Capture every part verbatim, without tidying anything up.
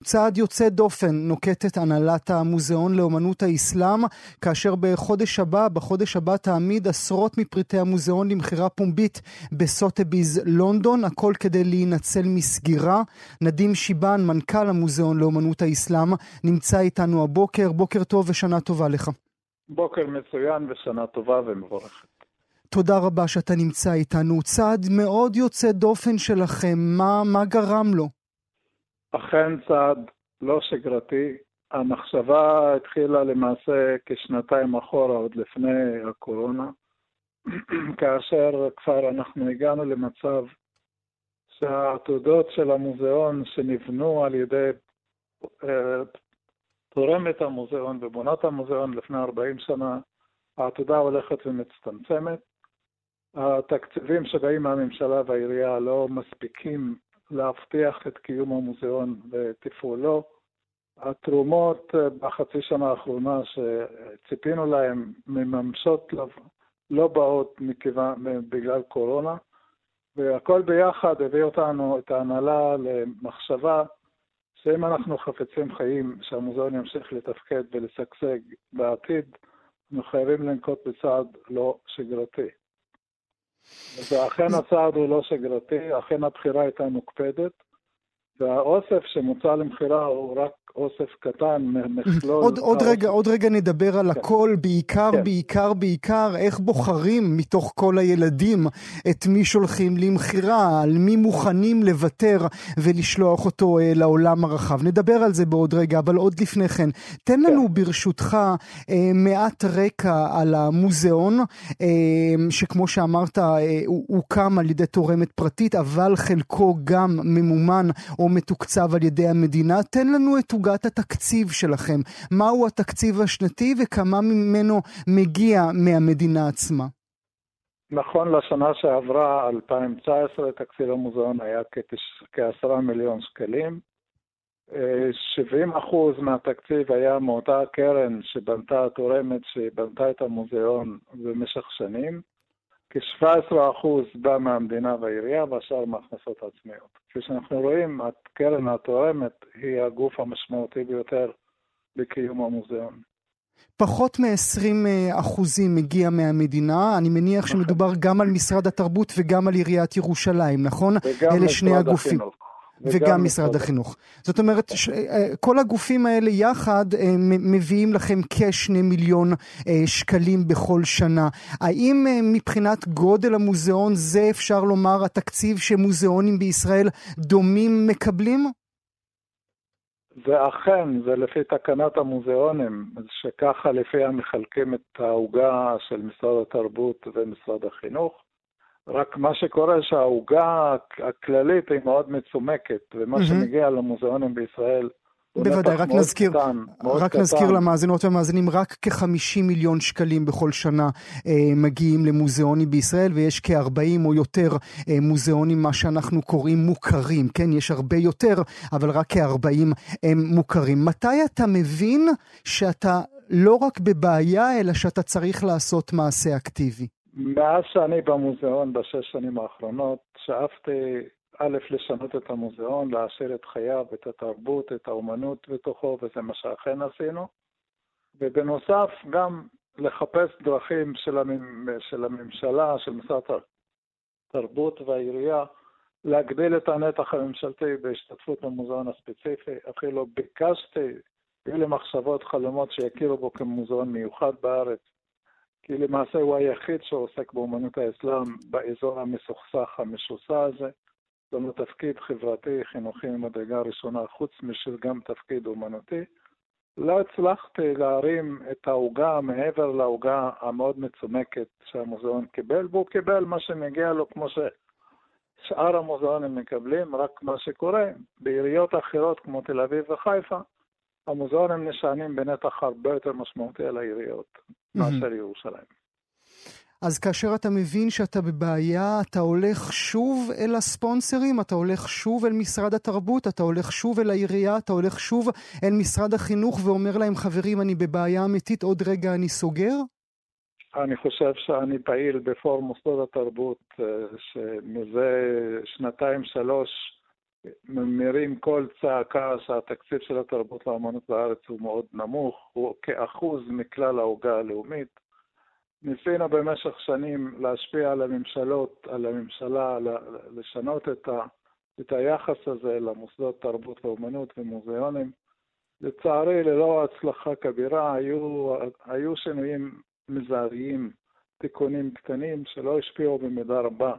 צעד יוצא דופן נוקטת הנהלת המוזיאון לאומנות האסלאם, כאשר בחודש הבא, בחודש הבא תעמיד עשרות מפריטי המוזיאון למחירה פומבית בסוטביז לונדון, הכל כדי להינצל מסגירה. נדים שיבן, מנכ"ל המוזיאון לאומנות האסלאם, נמצא איתנו הבוקר. בוקר טוב ושנה טובה לך. בוקר מצוין ושנה טובה ומבורכת. תודה רבה שאתה נמצא איתנו. צעד מאוד יוצא דופן שלכם, מה, מה גרם לו? אכן צעד לא שגרתי. המחשבה התחילה למעשה כשנתיים אחורה, עוד לפני הקורונה, כאשר כבר אנחנו הגענו למצב שהעתודות של המוזיאון שנבנו על ידי אה, תורמת המוזיאון ובונת המוזיאון לפני ארבעים שנה, העתודה הולכת ומצטמצמת. התקציבים שבאים מהממשלה והעירייה לא מספיקים להבטיח את קיום המוזיאון ותפעולו. התרומות בחצי שנה האחרונה שציפינו להם מממשות לא באות מכיוון, בגלל קורונה, והכל ביחד הביא אותנו, את ההנהלה, למחשבה שאם אנחנו חפצים חיים שהמוזיאון ימשיך לתפקד ולשגשג בעתיד, אנחנו חייבים לנקוט בצעד לא שגרתי. ואכן הצעד הוא לא שגרתי, אכן הבחירה הייתה מוקפדת, והאוסף שמוצע למחירה הוא רק אוסף קטן מכלול. עוד, עוד רגע, עוד רגע נדבר על הכל, בעיקר, כן. בעיקר, בעיקר, איך בוחרים מתוך כל הילדים את מי שולחים למחירה, על מי מוכנים לוותר ולשלוח אותו אה, לעולם הרחב. נדבר על זה בעוד רגע, אבל עוד לפני כן, תן לנו כן. ברשותך אה, מעט רקע על המוזיאון, אה, שכמו שאמרת, אה, הוא הוקם על ידי תורמת פרטית, אבל חלקו גם ממומן או מתוקצב על ידי המדינה. תן לנו את עוגת התקציב שלכם. מהו התקציב השנתי וכמה ממנו מגיע מהמדינה עצמה? נכון, לשנה שעברה, אלפיים תשע עשרה, תקציב המוזיאון היה כעשרה מיליון שקלים. שבעים אחוז מהתקציב היה מאותה קרן שבנתה התורמת, שבנתה את המוזיאון במשך שנים. כ-שבעה עשר אחוז בא מהמדינה והעירייה, והשאר מהכנסות עצמיות. כפי שאנחנו רואים, הקרן התורמת היא הגוף המשמעותי ביותר בקיום המוזיאון. פחות מ-עשרים אחוזים מגיע מהמדינה, אני מניח שמדובר גם על משרד התרבות וגם על עיריית ירושלים, נכון? אלה שני הגופים. וגם משרד החינוך. זאת אומרת, כל הגופים האלה יחד מביאים לכם כשני מיליון שקלים בכל שנה. האם מבחינת גודל המוזיאון זה אפשר לומר התקציב שמוזיאונים בישראל דומים מקבלים? ואכן, זה לפי תקנת המוזיאונים, שככה לפי המחלקים את העוגה של משרד התרבות ומשרד החינוך. רק מה שקורה שהעוגה הכללית היא מאוד מצומקת, ומה שמגיע למוזיאונים בישראל הוא נתח מאוד קטן. רק נזכיר למאזינות ומאזינים, רק כ-חמישים מיליון שקלים בכל שנה מגיעים למוזיאונים בישראל, ויש כ-ארבעים או יותר מוזיאונים, מה שאנחנו קוראים מוכרים, כן? יש הרבה יותר, אבל רק כ-ארבעים הם מוכרים. מתי אתה מבין שאתה לא רק בבעיה, אלא שאתה צריך לעשות מעשה אקטיבי? מאז שאני במוזיאון בשש שנים האחרונות, שאפתי א' לשנות את המוזיאון, להשאיר את חייו, את התרבות, את האומנות בתוכו, וזה מה שאכן עשינו. ובנוסף גם לחפש דרכים של, הממ... של הממשלה, של משרד התרבות והעירייה, להגדיל את הנתח הממשלתי בהשתתפות במוזיאון הספציפי. אפילו ביקשתי, היו לי מחשבות חלומות שיכירו בו כמוזיאון מיוחד בארץ, כי למעשה הוא היחיד שעוסק באומנות האסלאם באזור המסוכסך המשוסע הזה. זה לא תפקיד חברתי, חינוכי ממדרגה ראשונה, חוץ משל גם תפקיד אומנותי. לא הצלחתי להרים את העוגה מעבר לעוגה המאוד מצומקת שהמוזיאון קיבל, והוא קיבל מה שמגיע לו כמו ששאר המוזיאונים מקבלים, רק מה שקורה בעיריות אחרות כמו תל אביב וחיפה, המוזיאונים נשענים בנתח הרבה יותר משמעותי על העיריות מאשר ירושלים. אז כאשר אתה מבין שאתה בבעיה, אתה הולך שוב אל הספונסרים, אתה הולך שוב אל משרד התרבות, אתה הולך שוב אל העירייה, אתה הולך שוב אל משרד החינוך ואומר להם, חברים, אני בבעיה אמיתית, עוד רגע אני סוגר? אני חושב שאני פעיל בפורום מוסדות התרבות, שמזה שנתיים שלוש ממירים כל צעקה שהתקציב של התרבות והאמנות בארץ הוא מאוד נמוך, הוא כאחוז מכלל ההוגה הלאומית. ניסינו במשך שנים להשפיע על הממשלות, על הממשלה, לשנות את, ה, את היחס הזה למוסדות תרבות ואמנות ומוזיאונים. לצערי, ללא הצלחה כבירה, היו, היו שינויים מזעריים, תיקונים קטנים שלא השפיעו במידה רבה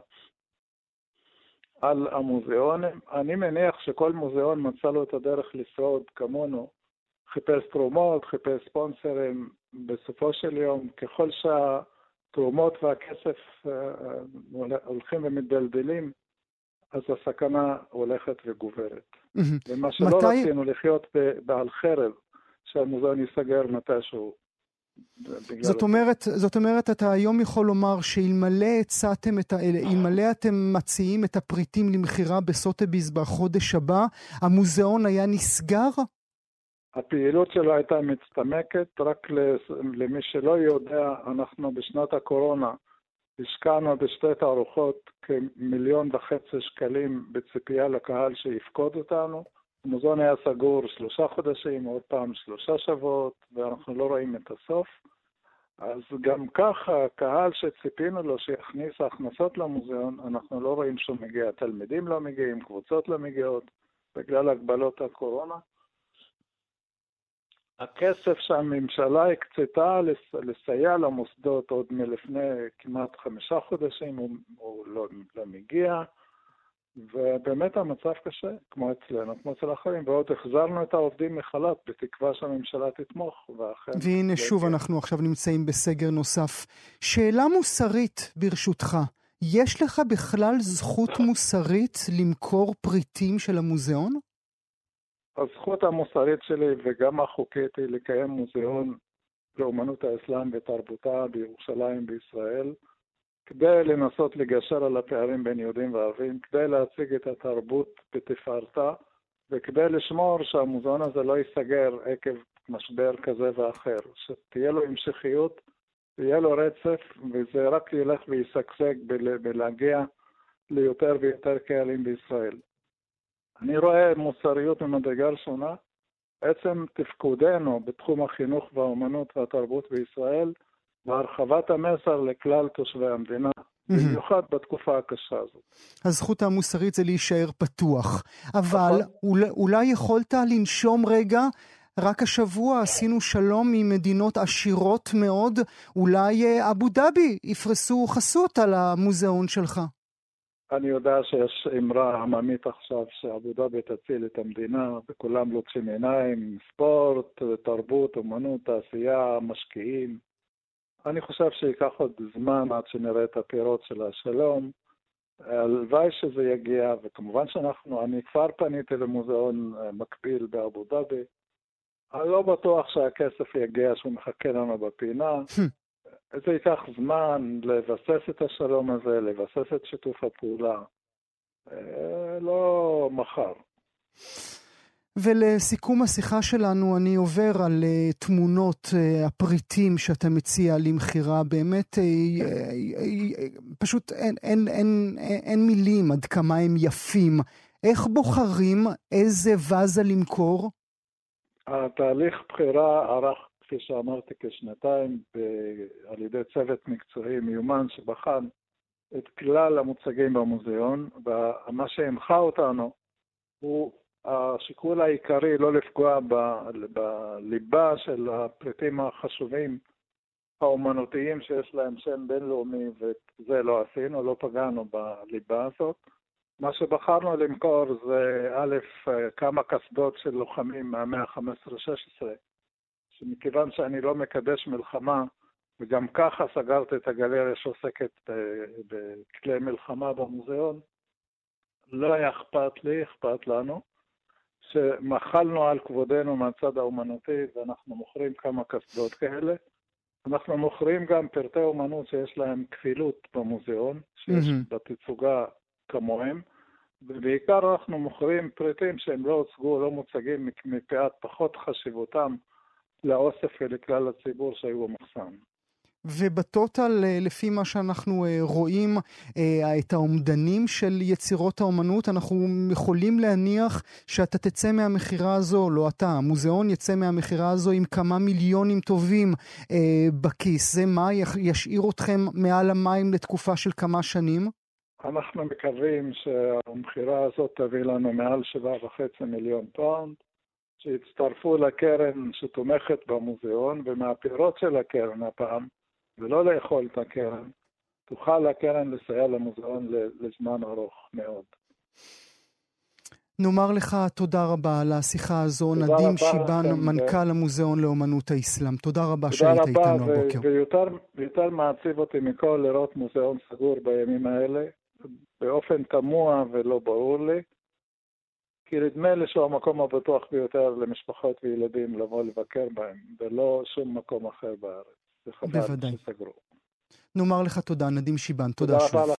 על המוזיאונים. אני מניח שכל מוזיאון מצא לו את הדרך לשרוד כמונו, חיפש תרומות, חיפש ספונסרים. בסופו של יום, ככל שהתרומות והכסף הולכים ומתדלדלים, אז הסכנה הולכת וגוברת. ומה שלא רצינו לחיות בעל חרב, שהמוזיאון ייסגר מתישהו. זאת אומרת, זאת אומרת, אתה היום יכול לומר שאלמלא הצעתם את ה... אלמלא אתם מציעים את הפריטים למחירה בסוטביז בחודש הבא, המוזיאון היה נסגר? הפעילות שלו הייתה מצטמקת. רק למי שלא יודע, אנחנו בשנת הקורונה השקענו בשתי תערוכות כמיליון וחצי שקלים בציפייה לקהל שיפקוד אותנו. המוזיאון היה סגור שלושה חודשים, עוד פעם שלושה שבועות, ואנחנו לא רואים את הסוף. אז גם ככה, הקהל שציפינו לו שיכניס ההכנסות למוזיאון, אנחנו לא רואים שהוא מגיע. תלמידים לא מגיעים, קבוצות לא מגיעות, בגלל הגבלות הקורונה. הכסף שהממשלה הקצתה לסייע למוסדות עוד מלפני כמעט חמישה חודשים, הוא, הוא לא, לא מגיע. ובאמת המצב קשה, כמו אצלנו, כמו אצל אחרים, ועוד החזרנו את העובדים מחל"ת בתקווה שהממשלה תתמוך. ואכן והנה שוב אנחנו עכשיו נמצאים בסגר נוסף. שאלה מוסרית ברשותך, יש לך בכלל זכות מוסרית למכור פריטים של המוזיאון? הזכות המוסרית שלי וגם החוקית היא לקיים מוזיאון לאומנות האסלאם ותרבותה בירושלים בישראל, כדי לנסות לגשר על הפערים בין יהודים וערבים, כדי להציג את התרבות בתפארתה, וכדי לשמור שהמוזיאון הזה לא ייסגר עקב משבר כזה ואחר, שתהיה לו המשכיות, תהיה לו רצף, וזה רק ילך ויסגשג בלהגיע ליותר ויותר קהלים בישראל. אני רואה מוסריות ממדרגה ראשונה, עצם תפקודנו בתחום החינוך והאומנות והתרבות בישראל, והרחבת המסר לכלל תושבי המדינה, במיוחד בתקופה הקשה הזאת. הזכות המוסרית זה להישאר פתוח, אבל אולי, אולי יכולת לנשום רגע, רק השבוע עשינו שלום עם מדינות עשירות מאוד, אולי אבו דאבי יפרסו חסות על המוזיאון שלך. אני יודע שיש אמרה עממית עכשיו שאבו דאבי תציל את המדינה, וכולם לוקחים עיניים, ספורט, תרבות, אומנות, תעשייה, משקיעים. אני חושב שיקח עוד זמן עד שנראה את הפירות של השלום. הלוואי שזה יגיע, וכמובן שאנחנו, אני כבר פניתי למוזיאון מקביל באבו דאבי. אני לא בטוח שהכסף יגיע, שהוא מחכה לנו בפינה. זה ייקח זמן לבסס את השלום הזה, לבסס את שיתוף הפעולה. לא מחר. ולסיכום השיחה שלנו, אני עובר על uh, תמונות uh, הפריטים שאתה מציע למחירה. באמת, uh, uh, uh, פשוט אין, אין, אין, אין, אין מילים עד כמה הם יפים. איך בוחרים איזה וזה למכור? התהליך בחירה ערך, כפי שאמרתי, כשנתיים, ב- על ידי צוות מקצועי מיומן שבחן את כלל המוצגים במוזיאון, ומה שהנחה אותנו הוא השיקול העיקרי לא לפגוע ב- בליבה של הפריטים החשובים האומנותיים שיש להם שם בינלאומי, וזה לא עשינו, לא פגענו בליבה הזאת. מה שבחרנו למכור זה א', כמה קסדות של לוחמים מהמאה ה-חמש עשרה שש עשרה, שמכיוון שאני לא מקדש מלחמה, וגם ככה סגרתי את הגלריה שעוסקת בכלי מלחמה במוזיאון, לא היה אכפת לי, אכפת לנו, שמחלנו על כבודנו מהצד האומנותי, ואנחנו מוכרים כמה קסדות כאלה. אנחנו מוכרים גם פרטי אומנות שיש להם כפילות במוזיאון, שיש mm-hmm. בתצוגה כמוהם, ובעיקר אנחנו מוכרים פריטים שהם לא הוצגו, לא מוצגים מפאת פחות חשיבותם לאוסף ולכלל הציבור שהיו במחסן. ובטוטל, לפי מה שאנחנו רואים, את האומדנים של יצירות האומנות, אנחנו יכולים להניח שאתה תצא מהמחירה הזו, לא אתה, המוזיאון יצא מהמחירה הזו עם כמה מיליונים טובים בכיס. זה מה ישאיר אתכם מעל המים לתקופה של כמה שנים? אנחנו מקווים שהמחירה הזאת תביא לנו מעל שבעה וחצי מיליון פאונד, שהצטרפו לקרן שתומכת במוזיאון, ומהפירות של הקרן הפעם, ולא לאכול את הקרן, תוכל הקרן לסייע למוזיאון לזמן ארוך מאוד. נאמר לך תודה רבה על השיחה הזו. נדים שיבן, מנכ"ל המוזיאון לאומנות האסלאם. תודה רבה שהיית איתנו הבוקר. ויותר מעציב אותי מכל לראות מוזיאון סגור בימים האלה, באופן תמוה ולא ברור לי, כי נדמה לי שהוא המקום הבטוח ביותר למשפחות וילדים לבוא לבקר בהם, ולא שום מקום אחר בארץ. בוודאי. נאמר לך תודה, נדים שיבן. תודה שוב.